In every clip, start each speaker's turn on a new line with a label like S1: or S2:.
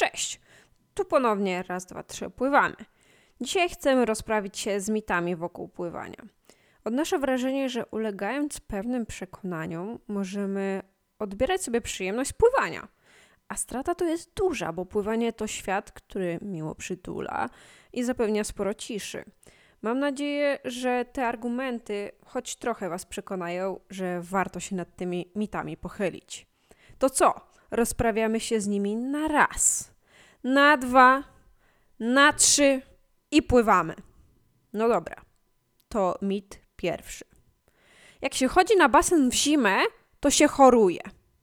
S1: Cześć! Tu ponownie raz, dwa, trzy pływamy. Dzisiaj chcemy rozprawić się z mitami wokół pływania. Odnoszę wrażenie, że ulegając pewnym przekonaniom możemy odbierać sobie przyjemność z pływania. A strata to jest duża, bo pływanie to świat, który miło przytula i zapewnia sporo ciszy. Mam nadzieję, że te argumenty choć trochę Was przekonają, że warto się nad tymi mitami pochylić. To co? Rozprawiamy się z nimi na raz, na dwa, na trzy i pływamy. No dobra, to mit pierwszy. Jak się chodzi na basen w zimę, to się choruje.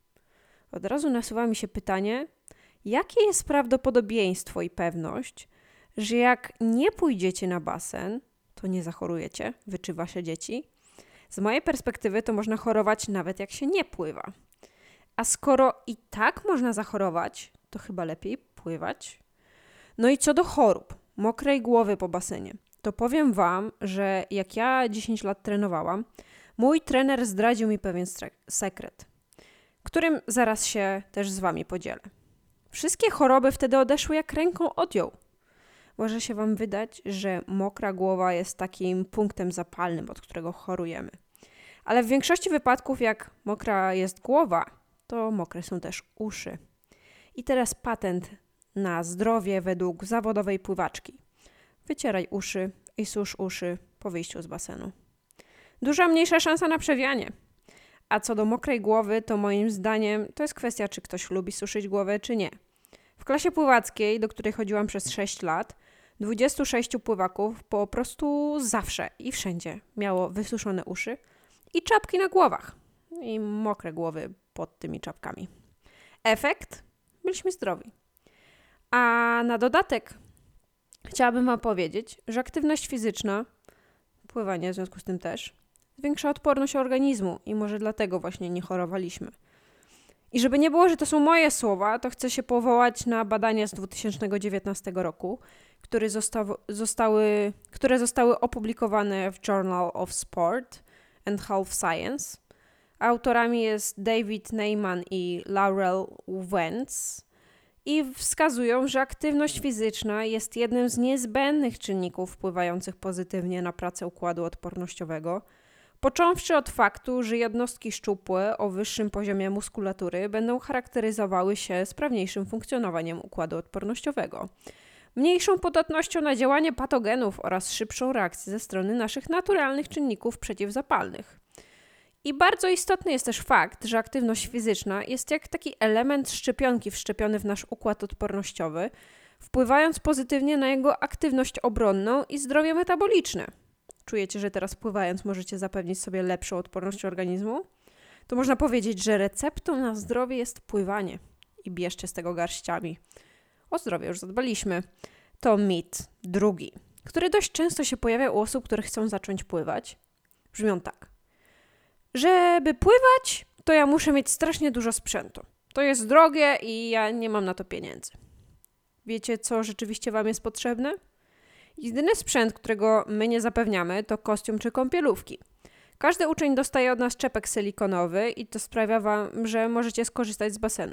S1: Od razu nasuwa mi się pytanie, jakie jest prawdopodobieństwo i pewność, że jak nie pójdziecie na basen, to nie zachorujecie, wy czy wasze dzieci? Z mojej perspektywy to można chorować nawet jak się nie pływa. A skoro i tak można zachorować, to chyba lepiej pływać. No i co do chorób, mokrej głowy po basenie, to powiem Wam, że jak ja 10 lat trenowałam, mój trener zdradził mi pewien sekret, którym zaraz się też z Wami podzielę. Wszystkie choroby wtedy odeszły jak ręką odjął. Może się Wam wydać, że mokra głowa jest takim punktem zapalnym, od którego chorujemy. Ale w większości wypadków, jak mokra jest głowa, to mokre są też uszy. I teraz patent na zdrowie według zawodowej pływaczki. Wycieraj uszy i susz uszy po wyjściu z basenu. Duża mniejsza szansa na przewianie. A co do mokrej głowy, to moim zdaniem to jest kwestia, czy ktoś lubi suszyć głowę, czy nie. W klasie pływackiej, do której chodziłam przez 6 lat, 26 pływaków po prostu zawsze i wszędzie miało wysuszone uszy i czapki na głowach. I mokre głowy pod tymi czapkami. Efekt? Byliśmy zdrowi. A na dodatek chciałabym Wam powiedzieć, że aktywność fizyczna, pływanie w związku z tym też, zwiększa odporność organizmu i może dlatego właśnie nie chorowaliśmy. I żeby nie było, że to są moje słowa, to chcę się powołać na badania z 2019 roku, które zostały opublikowane w Journal of Sport and Health Science. Autorami jest David Neyman i Laurel Wentz i wskazują, że aktywność fizyczna jest jednym z niezbędnych czynników wpływających pozytywnie na pracę układu odpornościowego, począwszy od faktu, że jednostki szczupłe o wyższym poziomie muskulatury będą charakteryzowały się sprawniejszym funkcjonowaniem układu odpornościowego, mniejszą podatnością na działanie patogenów oraz szybszą reakcję ze strony naszych naturalnych czynników przeciwzapalnych. I bardzo istotny jest też fakt, że aktywność fizyczna jest jak taki element szczepionki wszczepiony w nasz układ odpornościowy, wpływając pozytywnie na jego aktywność obronną i zdrowie metaboliczne. Czujecie, że teraz pływając możecie zapewnić sobie lepszą odporność organizmu? To można powiedzieć, że receptą na zdrowie jest pływanie. I bierzcie z tego garściami. O zdrowie już zadbaliśmy. To mit drugi, który dość często się pojawia u osób, które chcą zacząć pływać. Brzmią tak. Żeby pływać, to ja muszę mieć strasznie dużo sprzętu. To jest drogie i ja nie mam na to pieniędzy. Wiecie, co rzeczywiście Wam jest potrzebne? Jedyny sprzęt, którego my nie zapewniamy, to kostium czy kąpielówki. Każdy uczeń dostaje od nas czepek silikonowy i to sprawia Wam, że możecie skorzystać z basenu.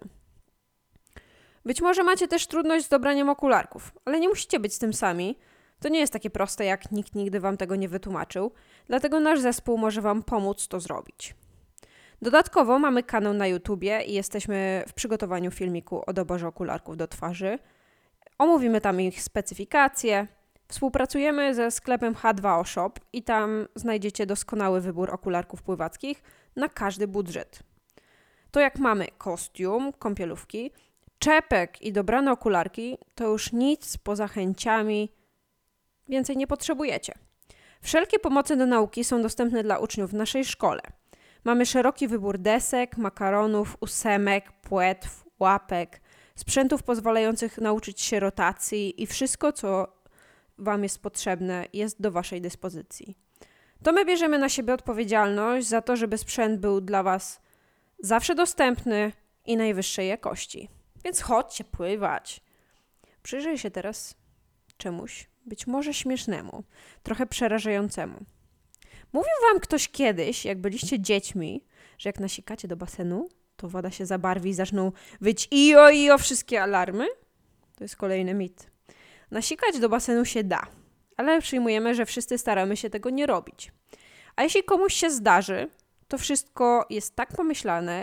S1: Być może macie też trudność z dobraniem okularków, ale nie musicie być z tym sami. To nie jest takie proste, jak nikt nigdy Wam tego nie wytłumaczył, dlatego nasz zespół może Wam pomóc to zrobić. Dodatkowo mamy kanał na YouTubie i jesteśmy w przygotowaniu filmiku o doborze okularków do twarzy. Omówimy tam ich specyfikacje. Współpracujemy ze sklepem H2O Shop i tam znajdziecie doskonały wybór okularków pływackich na każdy budżet. To jak mamy kostium, kąpielówki, czepek i dobrane okularki, to już nic poza chęciami więcej nie potrzebujecie. Wszelkie pomoce do nauki są dostępne dla uczniów w naszej szkole. Mamy szeroki wybór desek, makaronów, ósemek, płetw, łapek, sprzętów pozwalających nauczyć się rotacji i wszystko, co Wam jest potrzebne, jest do Waszej dyspozycji. To my bierzemy na siebie odpowiedzialność za to, żeby sprzęt był dla Was zawsze dostępny i najwyższej jakości. Więc chodźcie pływać. Przyjrzyj się teraz czemuś, być może śmiesznemu, trochę przerażającemu. Mówił Wam ktoś kiedyś, jak byliście dziećmi, że jak nasikacie do basenu, to woda się zabarwi i zaczną wyć ijo wszystkie alarmy? To jest kolejny mit. Nasikać do basenu się da, ale przyjmujemy, że wszyscy staramy się tego nie robić. A jeśli komuś się zdarzy, to wszystko jest tak pomyślane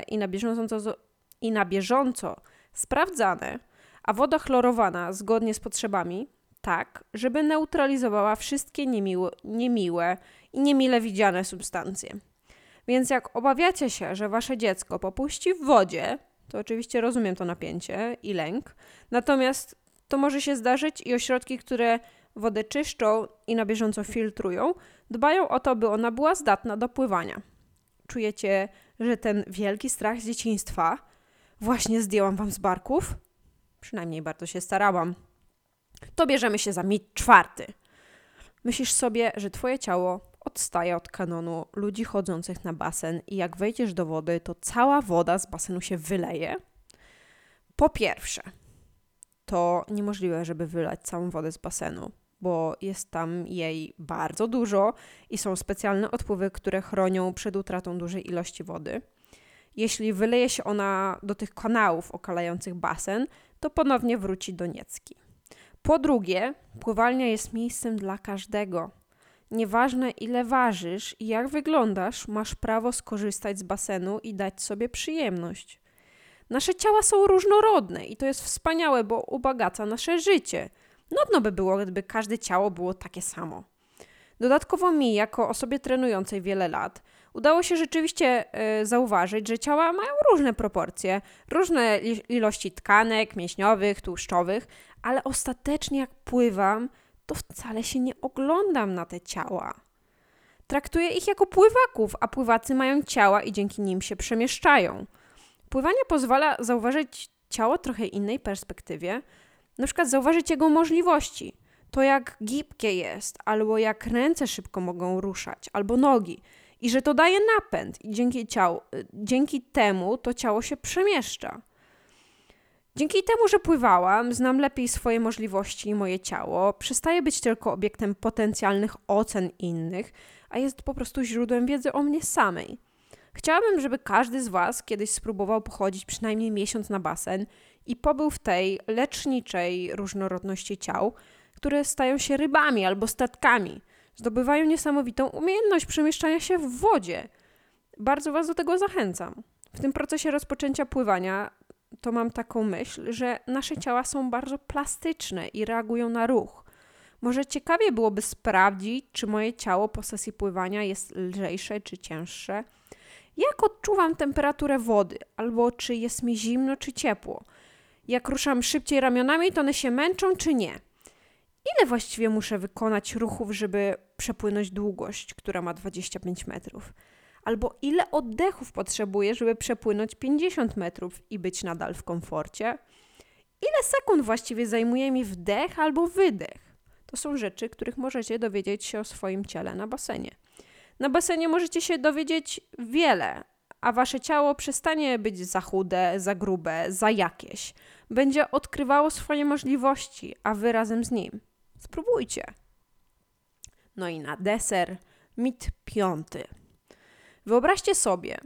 S1: i na bieżąco sprawdzane, a woda chlorowana zgodnie z potrzebami, tak, żeby neutralizowała wszystkie niemiłe i niemile widziane substancje. Więc jak obawiacie się, że wasze dziecko popuści w wodzie, to oczywiście rozumiem to napięcie i lęk, natomiast to może się zdarzyć i ośrodki, które wodę czyszczą i na bieżąco filtrują, dbają o to, by ona była zdatna do pływania. Czujecie, że ten wielki strach z dzieciństwa właśnie zdjęłam wam z barków? Przynajmniej bardzo się starałam. To bierzemy się za mit 4. Myślisz sobie, że twoje ciało odstaje od kanonu ludzi chodzących na basen i jak wejdziesz do wody, to cała woda z basenu się wyleje? Po pierwsze, to niemożliwe, żeby wylać całą wodę z basenu, bo jest tam jej bardzo dużo i są specjalne odpływy, które chronią przed utratą dużej ilości wody. Jeśli wyleje się ona do tych kanałów okalających basen, to ponownie wróci do niecki. Po drugie, pływalnia jest miejscem dla każdego. Nieważne ile ważysz i jak wyglądasz, masz prawo skorzystać z basenu i dać sobie przyjemność. Nasze ciała są różnorodne i to jest wspaniałe, bo ubogaca nasze życie. Nudno by było, gdyby każde ciało było takie samo. Dodatkowo mi, jako osobie trenującej wiele lat, udało się rzeczywiście zauważyć, że ciała mają różne proporcje, różne ilości tkanek, mięśniowych, tłuszczowych, ale ostatecznie jak pływam, to wcale się nie oglądam na te ciała. Traktuję ich jako pływaków, a pływacy mają ciała i dzięki nim się przemieszczają. Pływanie pozwala zauważyć ciało trochę innej perspektywie, na przykład zauważyć jego możliwości, to jak gibkie jest, albo jak ręce szybko mogą ruszać, albo nogi i że to daje napęd i dzięki temu to ciało się przemieszcza. Dzięki temu, że pływałam, znam lepiej swoje możliwości i moje ciało, przestaje być tylko obiektem potencjalnych ocen innych, a jest po prostu źródłem wiedzy o mnie samej. Chciałabym, żeby każdy z was kiedyś spróbował pochodzić przynajmniej miesiąc na basen i pobył w tej leczniczej różnorodności ciał, które stają się rybami albo statkami. Zdobywają niesamowitą umiejętność przemieszczania się w wodzie. Bardzo was do tego zachęcam. W tym procesie rozpoczęcia pływania to mam taką myśl, że nasze ciała są bardzo plastyczne i reagują na ruch. Może ciekawie byłoby sprawdzić, czy moje ciało po sesji pływania jest lżejsze czy cięższe. Jak odczuwam temperaturę wody, albo czy jest mi zimno czy ciepło. Jak ruszam szybciej ramionami, to one się męczą czy nie. Ile właściwie muszę wykonać ruchów, żeby przepłynąć długość, która ma 25 metrów? Albo ile oddechów potrzebuję, żeby przepłynąć 50 metrów i być nadal w komforcie? Ile sekund właściwie zajmuje mi wdech albo wydech? To są rzeczy, których możecie dowiedzieć się o swoim ciele na basenie. Na basenie możecie się dowiedzieć wiele, a wasze ciało przestanie być za chude, za grube, za jakieś. Będzie odkrywało swoje możliwości, a wy razem z nim. Spróbujcie. No i na deser mit 5. Wyobraźcie sobie,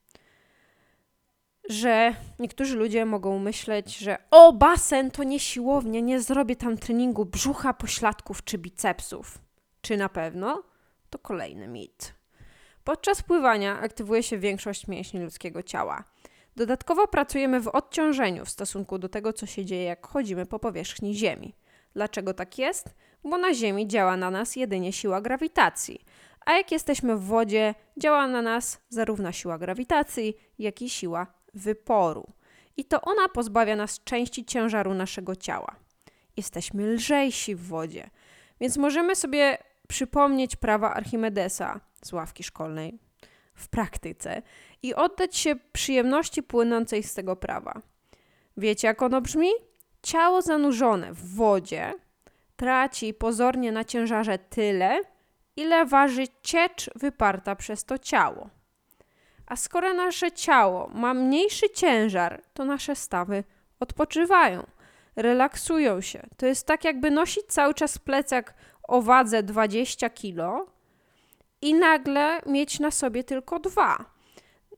S1: że niektórzy ludzie mogą myśleć, że basen to nie siłownia, nie zrobię tam treningu brzucha, pośladków czy bicepsów. Czy na pewno? To kolejny mit. Podczas pływania aktywuje się większość mięśni ludzkiego ciała. Dodatkowo pracujemy w odciążeniu w stosunku do tego, co się dzieje, jak chodzimy po powierzchni Ziemi. Dlaczego tak jest? Bo na Ziemi działa na nas jedynie siła grawitacji, a jak jesteśmy w wodzie, działa na nas zarówno siła grawitacji, jak i siła wyporu. I to ona pozbawia nas części ciężaru naszego ciała. Jesteśmy lżejsi w wodzie, więc możemy sobie przypomnieć prawa Archimedesa z ławki szkolnej w praktyce i oddać się przyjemności płynącej z tego prawa. Wiecie, jak ono brzmi? Ciało zanurzone w wodzie traci pozornie na ciężarze tyle, ile waży ciecz wyparta przez to ciało. A skoro nasze ciało ma mniejszy ciężar, to nasze stawy odpoczywają, relaksują się. To jest tak, jakby nosić cały czas plecak o wadze 20 kg i nagle mieć na sobie tylko 2.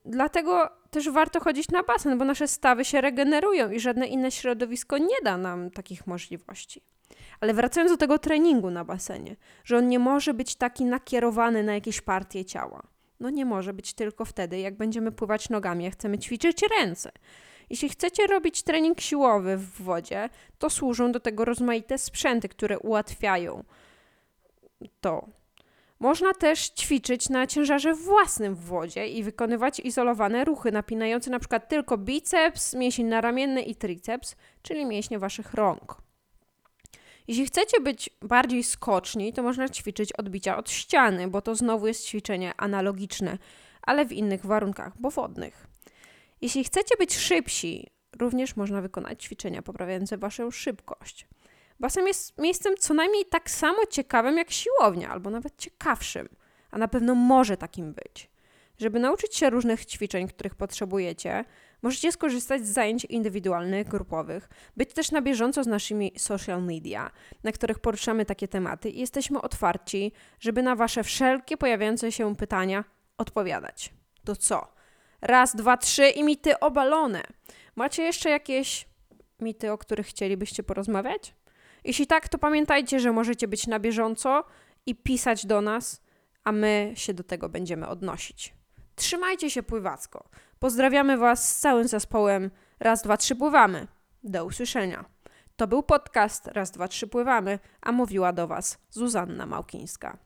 S1: Dlatego też warto chodzić na basen, bo nasze stawy się regenerują i żadne inne środowisko nie da nam takich możliwości. Ale wracając do tego treningu na basenie, że on nie może być taki nakierowany na jakieś partie ciała. No nie może być tylko wtedy, jak będziemy pływać nogami, a chcemy ćwiczyć ręce. Jeśli chcecie robić trening siłowy w wodzie, to służą do tego rozmaite sprzęty, które ułatwiają to. Można też ćwiczyć na ciężarze własnym w wodzie i wykonywać izolowane ruchy, napinające na przykład tylko biceps, mięsień naramienny i triceps, czyli mięśnie waszych rąk. Jeśli chcecie być bardziej skoczni, to można ćwiczyć odbicia od ściany, bo to znowu jest ćwiczenie analogiczne, ale w innych warunkach, bo wodnych. Jeśli chcecie być szybsi, również można wykonać ćwiczenia poprawiające waszą szybkość. Basen jest miejscem co najmniej tak samo ciekawym jak siłownia, albo nawet ciekawszym, a na pewno może takim być. Żeby nauczyć się różnych ćwiczeń, których potrzebujecie, możecie skorzystać z zajęć indywidualnych, grupowych, być też na bieżąco z naszymi social media, na których poruszamy takie tematy i jesteśmy otwarci, żeby na wasze wszelkie pojawiające się pytania odpowiadać. To co? 1, 2, 3 i mity obalone. Macie jeszcze jakieś mity, o których chcielibyście porozmawiać? Jeśli tak, to pamiętajcie, że możecie być na bieżąco i pisać do nas, a my się do tego będziemy odnosić. Trzymajcie się pływacko. Pozdrawiamy was z całym zespołem 1, 2, 3 pływamy. Do usłyszenia. To był podcast 1, 2, 3 pływamy, a mówiła do was Zuzanna Małkińska.